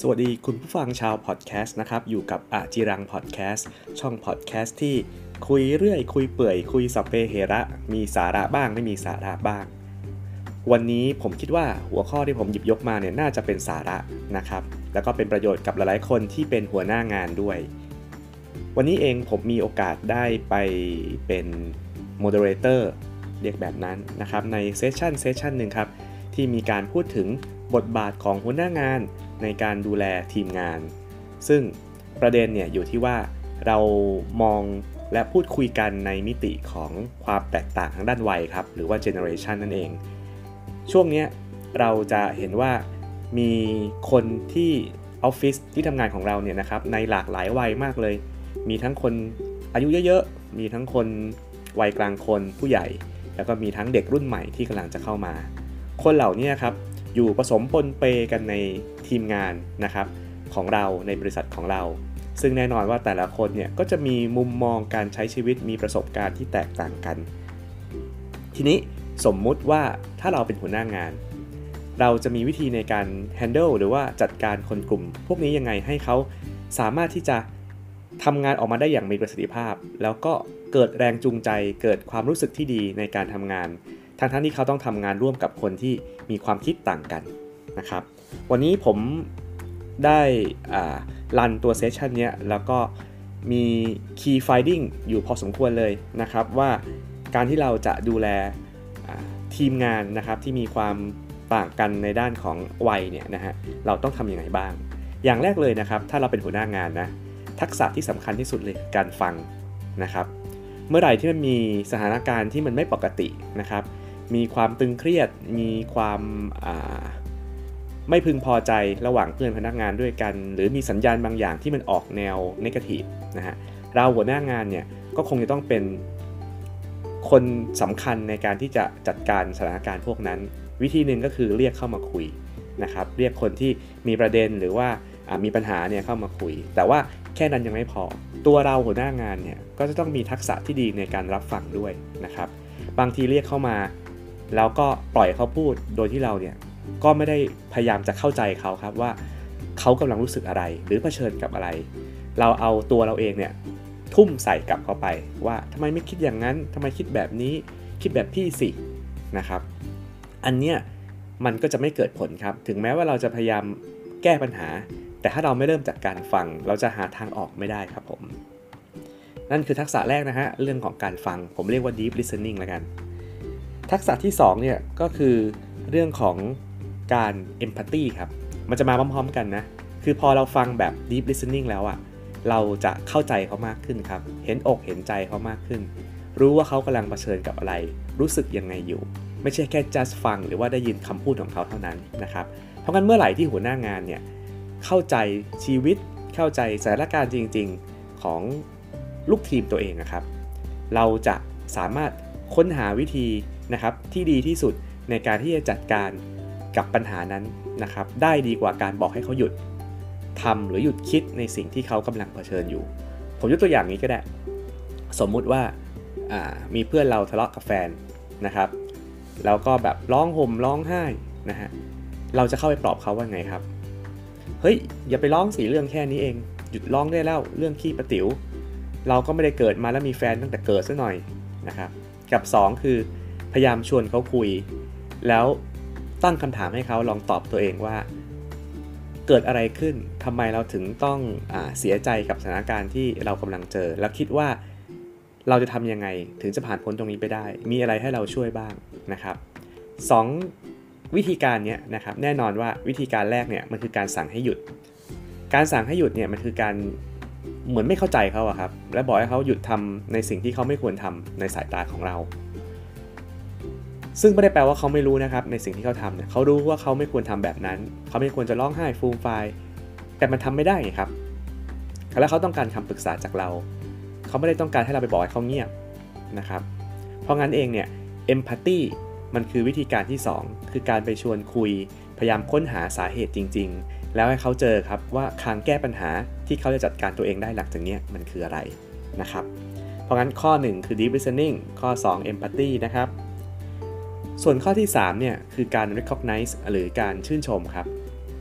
สวัสดีคุณผู้ฟังชาวพอดแคสต์นะครับอยู่กับอาจิรังพอดแคสต์ช่องพอดแคสต์ที่คุยเรื่อยคุยเปื่อยคุยสัพเพเหระมีสาระบ้างไม่มีสาระบ้างวันนี้ผมคิดว่าหัวข้อที่ผมหยิบยกมาเนี่ยน่าจะเป็นสาระนะครับแล้วก็เป็นประโยชน์กับหลายๆคนที่เป็นหัวหน้างานด้วยวันนี้เองผมมีโอกาสได้ไปเป็นโมเดเลเตอร์เรียกแบบนั้นนะครับในเซสชั่นหนึ่งครับที่มีการพูดถึงบทบาทของหัวหน้างานในการดูแลทีมงานซึ่งประเด็นเนี่ยอยู่ที่ว่าเรามองและพูดคุยกันในมิติของความแตกต่างทางด้านวัยครับหรือว่า generation นั่นเองช่วงนี้เราจะเห็นว่ามีคนที่ออฟฟิศที่ทำงานของเราเนี่ยนะครับในหลากหลายวัยมากเลยมีทั้งคนอายุเยอะๆมีทั้งคนวัยกลางคนผู้ใหญ่แล้วก็มีทั้งเด็กรุ่นใหม่ที่กำลังจะเข้ามาคนเหล่านี้ครับอยู่ผสมปนเปกันในทีมงานนะครับของเราในบริษัทของเราซึ่งแน่นอนว่าแต่ละคนเนี่ยก็จะมีมุมมองการใช้ชีวิตมีประสบการณ์ที่แตกต่างกันทีนี้สมมุติว่าถ้าเราเป็นหัวหน้างานเราจะมีวิธีในการ handle หรือว่าจัดการคนกลุ่มพวกนี้ยังไงให้เขาสามารถที่จะทำงานออกมาได้อย่างมีประสิทธิภาพแล้วก็เกิดแรงจูงใจเกิดความรู้สึกที่ดีในการทำงานทั้งที่เขาต้องทำงานร่วมกับคนที่มีความคิดต่างกันนะครับวันนี้ผมได้รันตัวเซสชันนี้แล้วก็มี key finding อยู่พอสมควรเลยนะครับว่าการที่เราจะดูแลทีมงานนะครับที่มีความต่างกันในด้านของวัยเนี่ยนะฮะเราต้องทำยังไงบ้างอย่างแรกเลยนะครับถ้าเราเป็นหัวหน้างานนะทักษะที่สำคัญที่สุดเลยการฟังนะครับเมื่อไหร่ที่มันมีสถานการณ์ที่มันไม่ปกตินะครับมีความตึงเครียดมีความไม่พึงพอใจระหว่างเพื่อนพนักงานด้วยกันหรือมีสัญญาณบางอย่างที่มันออกแนวเนกาทีฟนะฮะเราหัวหน้างานเนี่ยก็คงจะต้องเป็นคนสำคัญในการที่จะจัดการสถานการณ์พวกนั้นวิธีหนึ่งก็คือเรียกเข้ามาคุยนะครับเรียกคนที่มีประเด็นหรือว่ามีปัญหาเนี่ยเข้ามาคุยแต่ว่าแค่นั้นยังไม่พอตัวเราหัวหน้างานเนี่ยก็จะต้องมีทักษะที่ดีในการรับฟังด้วยนะครับบางทีเรียกเข้ามาแล้วก็ปล่อยเขาพูดโดยที่เราเนี่ยก็ไม่ได้พยายามจะเข้าใจเขาครับว่าเขากำลังรู้สึกอะไรหรือเผชิญกับอะไรเราเอาตัวเราเองเนี่ยทุ่มใส่กลับเข้าไปว่าทำไมไม่คิดอย่างนั้นทำไมคิดแบบนี้คิดแบบพี่สินะครับอันเนี้ยมันก็จะไม่เกิดผลครับถึงแม้ว่าเราจะพยายามแก้ปัญหาแต่ถ้าเราไม่เริ่มจากการฟังเราจะหาทางออกไม่ได้ครับผมนั่นคือทักษะแรกนะฮะเรื่องของการฟังผมเรียกว่า deep listening แล้วกันทักษะที่2เนี่ยก็คือเรื่องของการ empathy ครับมันจะมาพร้อมๆกันนะคือพอเราฟังแบบ deep listening แล้วอ่ะเราจะเข้าใจเขามากขึ้นครับเห็นอกเห็นใจเขามากขึ้นรู้ว่าเขากำลังเผชิญกับอะไรรู้สึกยังไงอยู่ไม่ใช่แค่ just ฟังหรือว่าได้ยินคำพูดของเขาเท่านั้นนะครับเพราะงั้นเมื่อไหร่ที่หัวหน้างานเนี่ยเข้าใจชีวิตเข้าใจสถานการณ์จริงๆของลูกทีมตัวเองนะครับเราจะสามารถค้นหาวิธีนะครับที่ดีที่สุดในการที่จะจัดการกับปัญหานั้นนะครับได้ดีกว่าการบอกให้เขาหยุดทำหรือหยุดคิดในสิ่งที่เขากำลังเผชิญอยู่ผมยกตัวอย่างนี้ก็ได้สมมุติว่ามีเพื่อนเราทะเลาะกับแฟนนะครับแล้วก็แบบร้องห่มร้องไห้นะฮะเราจะเข้าไปปลอบเขาว่าไงครับเฮ้ยอย่าไปร้องสิเรื่องแค่นี้เองหยุดร้องได้แล้วเรื่องขี้ประติ๋วเราก็ไม่ได้เกิดมาแล้วมีแฟนตั้งแต่เกิดซะหน่อยนะครับกับ2คือพยายามชวนเขาคุยแล้วตั้งคำถามให้เขาลองตอบตัวเองว่าเกิดอะไรขึ้นทำไมเราถึงต้องเสียใจกับสถานการณ์ที่เรากำลังเจอแล้วคิดว่าเราจะทำยังไงถึงจะผ่านพ้นตรงนี้ไปได้มีอะไรให้เราช่วยบ้างนะครับ2วิธีการนี้นะครับแน่นอนว่าวิธีการแรกเนี่ยมันคือการสั่งให้หยุดการสั่งให้หยุดเนี่ยมันคือการเหมือนไม่เข้าใจเขาอะครับและบอกให้เขาหยุดทำในสิ่งที่เขาไม่ควรทำในสายตาของเราซึ่งไม่ได้แปลว่าเขาไม่รู้นะครับในสิ่งที่เขาทำเนี่ยเขารู้ว่าเขาไม่ควรทำแบบนั้นเขาไม่ควรจะร้องไห้ฟูมฟายแต่มันทำไม่ได้ครับแล้วเขาต้องการคำปรึกษาจากเราเขาไม่ได้ต้องการให้เราไปบอกให้เขาเงียบนะครับเพราะงั้นเองเนี่ย empathy มันคือวิธีการที่2คือการไปชวนคุยพยายามค้นหาสาเหตุจริงๆแล้วให้เขาเจอครับว่าทางแก้ปัญหาที่เขาจะจัดการตัวเองได้หลังจากนี้มันคืออะไรนะครับเพราะงั้นข้อ1คือ deep listening ข้อ2 empathy นะครับส่วนข้อที่3เนี่ยคือการ recognize หรือการชื่นชมครับ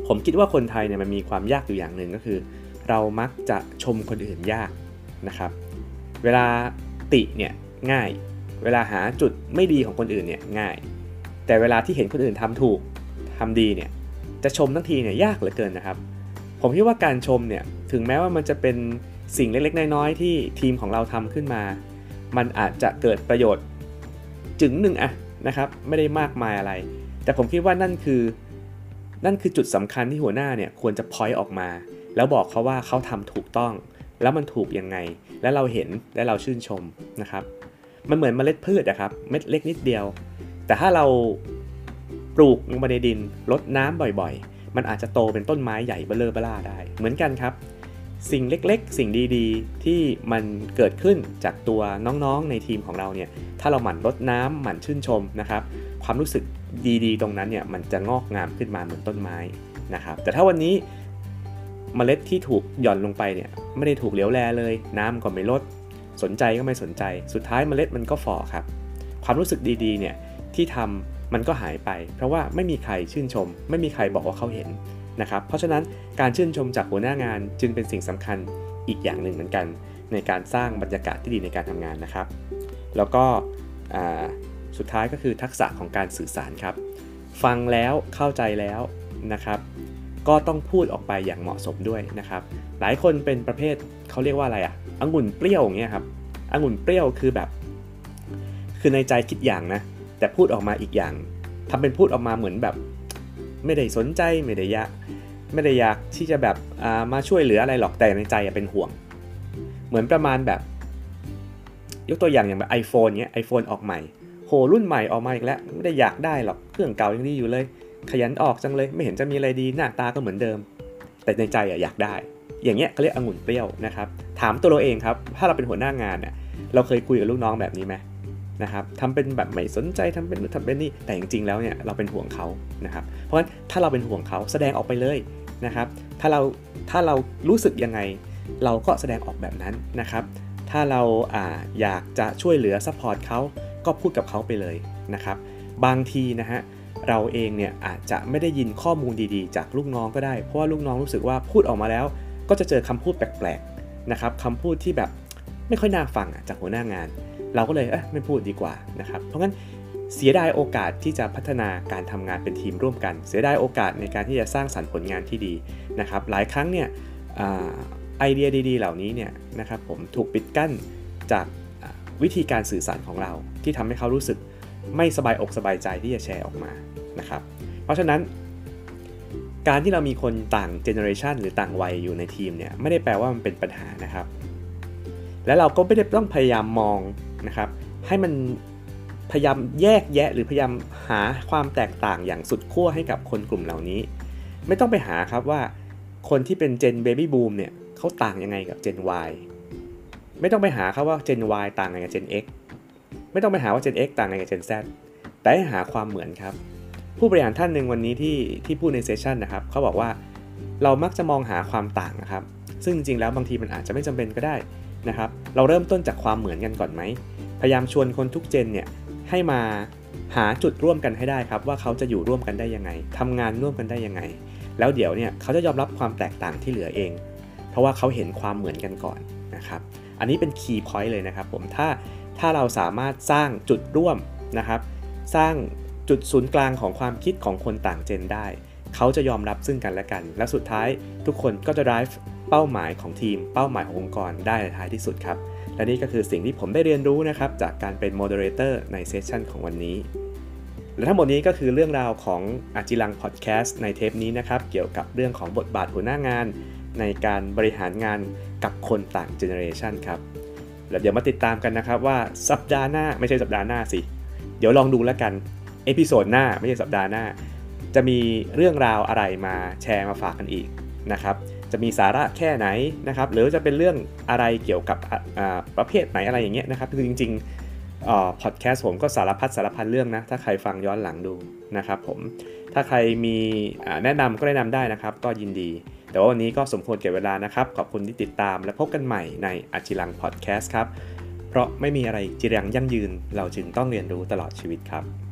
ผมคิดว่าคนไทยเนี่ยมันมีความยากอยู่อย่างหนึ่งก็คือเรามักจะชมคนอื่นยากนะครับเวลาติเนี่ยง่ายเวลาหาจุดไม่ดีของคนอื่นเนี่ยง่ายแต่เวลาที่เห็นคนอื่นทำถูกทำดีเนี่ยจะชมทั้งทีเนี่ยยากเหลือเกินนะครับผมคิดว่าการชมเนี่ยถึงแม้ว่ามันจะเป็นสิ่งเล็กๆน้อยๆที่ทีมของเราทำขึ้นมามันอาจจะเกิดประโยชน์จึงหนึ่งนะครับไม่ได้มากมายอะไรแต่ผมคิดว่านั่นคือจุดสำคัญที่หัวหน้าเนี่ยควรจะ point ออกมาแล้วบอกเขาว่าเขาทำถูกต้องแล้วมันถูกยังไงและเราเห็นและเราชื่นชมนะครับมันเหมือนเมล็ดพืชนะครับเม็ดเล็กนิดเดียวแต่ถ้าเราปลูกลงไปในดินรดน้ำบ่อยๆมันอาจจะโตเป็นต้นไม้ใหญ่เบ้อเร่อเบ้อร่าได้เหมือนกันครับสิ่งเล็กๆสิ่งดีๆที่มันเกิดขึ้นจากตัวน้องๆในทีมของเราเนี่ยถ้าเราหมั่นรดน้ำหมั่นชื่นชมนะครับความรู้สึกดีๆตรงนั้นเนี่ยมันจะงอกงามขึ้นมาเหมือนต้นไม้นะครับแต่ถ้าวันนี้เมล็ดที่ถูกหย่อนลงไปเนี่ยไม่ได้ถูกเหลียวแลเลยน้ำก็ไม่ลดสนใจก็ไม่สนใจสุดท้ายเมล็ดมันก็ฝ่อครับความรู้สึกดีๆเนี่ยที่ทำมันก็หายไปเพราะว่าไม่มีใครชื่นชมไม่มีใครบอกว่าเขาเห็นนะครับเพราะฉะนั้นการชื่นชมจากหัวหน้างานจึงเป็นสิ่งสำคัญอีกอย่างหนึ่งเหมือนกันในการสร้างบรรยากาศที่ดีในการทำงานนะครับแล้วก็สุดท้ายก็คือทักษะของการสื่อสารครับฟังแล้วเข้าใจแล้วนะครับก็ต้องพูดออกไปอย่างเหมาะสมด้วยนะครับหลายคนเป็นประเภทเขาเรียกว่าอะไรองุ่นเปรี้ยวอย่างเงี้ยครับองุ่นเปรี้ยวคือในใจคิดอย่างนะแต่พูดออกมาอีกอย่างทำเป็นพูดออกมาเหมือนแบบไม่ได้สนใจไม่ได้อยากที่จะแบบมาช่วยเหลืออะไรหรอกแต่ในใจเป็นห่วงเหมือนประมาณแบบยกตัวอย่างแบบ iPhone เงี้ย iPhone ออกใหม่โหรุ่นใหม่ออกมาอีกแล้วไม่ได้อยากได้หรอกเครื่องเก่ายังดีอยู่เลยขยันออกจังเลยไม่เห็นจะมีอะไรดีหน้าตาก็เหมือนเดิมแต่ในใจอยากได้อย่างเงี้ยเขาเรียกองุ่นเปรี้ยวนะครับถามตัวเราเองครับถ้าเราเป็นหัวหน้างานเนี่ยเราเคยคุยกับลูกน้องแบบนี้ไหมนะครับทำเป็นแบบไม่สนใจทำเป็นนี่แต่จริงๆแล้วเนี่ยเราเป็นห่วงเขานะครับเพราะฉะนั้นถ้าเราเป็นห่วงเขาแสดงออกไปเลยนะครับถ้าเรารู้สึกยังไงเราก็แสดงออกแบบนั้นนะครับถ้าเราอยากจะช่วยเหลือซัพพอร์ตเขาก็พูดกับเขาไปเลยนะครับบางทีนะฮะเราเองเนี่ยอาจจะไม่ได้ยินข้อมูลดีๆจากลูกน้องก็ได้เพราะว่าลูกน้องรู้สึกว่าพูดออกมาแล้วก็จะเจอคำพูดแปลกๆนะครับคำพูดที่แบบไม่ค่อยน่าฟังจากหัวหน้างานเราก็เลยไม่พูดดีกว่านะครับเพราะงั้นเสียดายโอกาสที่จะพัฒนาการทำงานเป็นทีมร่วมกันเสียดายโอกาสในการที่จะสร้างสรรค์ผลงานที่ดีนะครับหลายครั้งเนี่ยไอเดียดีๆเหล่านี้เนี่ยนะครับผมถูกปิดกั้นจากวิธีการสื่อสารของเราที่ทำให้เขารู้สึกไม่สบายอกสบายใจที่จะแชร์ออกมานะครับเพราะฉะนั้นการที่เรามีคนต่างเจเนอเรชันหรือต่างวัยอยู่ในทีมเนี่ยไม่ได้แปลว่ามันเป็นปัญหานะครับและเราก็ไม่ได้ต้องพยายามมองนะครับให้มันพยายามแยกแยะหรือพยายามหาความแตกต่างอย่างสุดขั้วให้กับคนกลุ่มเหล่านี้ไม่ต้องไปหาครับว่าคนที่เป็นเจนเบบี้บูมเนี่ยเขาต่างยังไงกับเจน Y ไม่ต้องไปหาครับว่า Gen Y ต่างกันกับ Gen X ไม่ต้องไปหาว่า Gen X ต่างกันกับ Gen Z แต่ให้หาความเหมือนครับผู้บริหารท่านหนึ่งวันนี้ที่พูดในเซสชันนะครับเขาบอกว่าเรามักจะมองหาความต่างนะครับซึ่งจริงๆแล้วบางทีมันอาจจะไม่จำเป็นก็ได้นะครับเราเริ่มต้นจากความเหมือนกันก่อนไหมพยายามชวนคนทุกเจนเนี่ยให้มาหาจุดร่วมกันให้ได้ครับว่าเขาจะอยู่ร่วมกันได้ยังไงทำงานร่วมกันได้ยังไงแล้วเดี๋ยวเนี่ยเขาจะยอมรับความแตกต่างที่เหลือเองเพราะว่าเขาเห็นความเหมือนกันก่อนนะครับอันนี้เป็นคีย์พอยต์เลยนะครับผมถ้าเราสามารถสร้างจุดร่วมนะครับสร้างจุดศูนย์กลางของความคิดของคนต่างเจนได้เขาจะยอมรับซึ่งกันและกันและสุดท้ายทุกคนก็จะ drive เป้าหมายของทีมเป้าหมายขององค์กรได้ในท้ายที่สุดครับและนี่ก็คือสิ่งที่ผมได้เรียนรู้นะครับจากการเป็น moderator ในเซสชันของวันนี้และทั้งหมดนี้ก็คือเรื่องราวของอาจิรังพอดแคสต์ในเทปนี้นะครับเกี่ยวกับเรื่องของบทบาทหัวหน้างานในการบริหารงานกับคนต่างเจเนอเรชันครับแล้วเดี๋ยวมาติดตามกันนะครับว่าสัปดาห์หน้าไม่ใช่สัปดาห์หน้าสิเดี๋ยวลองดูแล้วกันเอพิโซดหน้าไม่ใช่สัปดาห์หน้าจะมีเรื่องราวอะไรมาแชร์มาฝากกันอีกนะครับจะมีสาระแค่ไหนนะครับหรือจะเป็นเรื่องอะไรเกี่ยวกับประเภทไหนอะไรอย่างเงี้ยนะครับคือจริงๆพอดแคสต์ผมก็สารพัดเรื่องนะถ้าใครฟังย้อนหลังดูนะครับผมถ้าใครมีแนะนำก็แนะนำได้นะครับก็ยินดีแต่ว่าวันนี้ก็สมควรแก่เวลานะครับขอบคุณที่ติดตามและพบกันใหม่ในอาจิรังพอดแคสต์ครับเพราะไม่มีอะไรจีรังยั่งยืนเราจึงต้องเรียนรู้ตลอดชีวิตครับ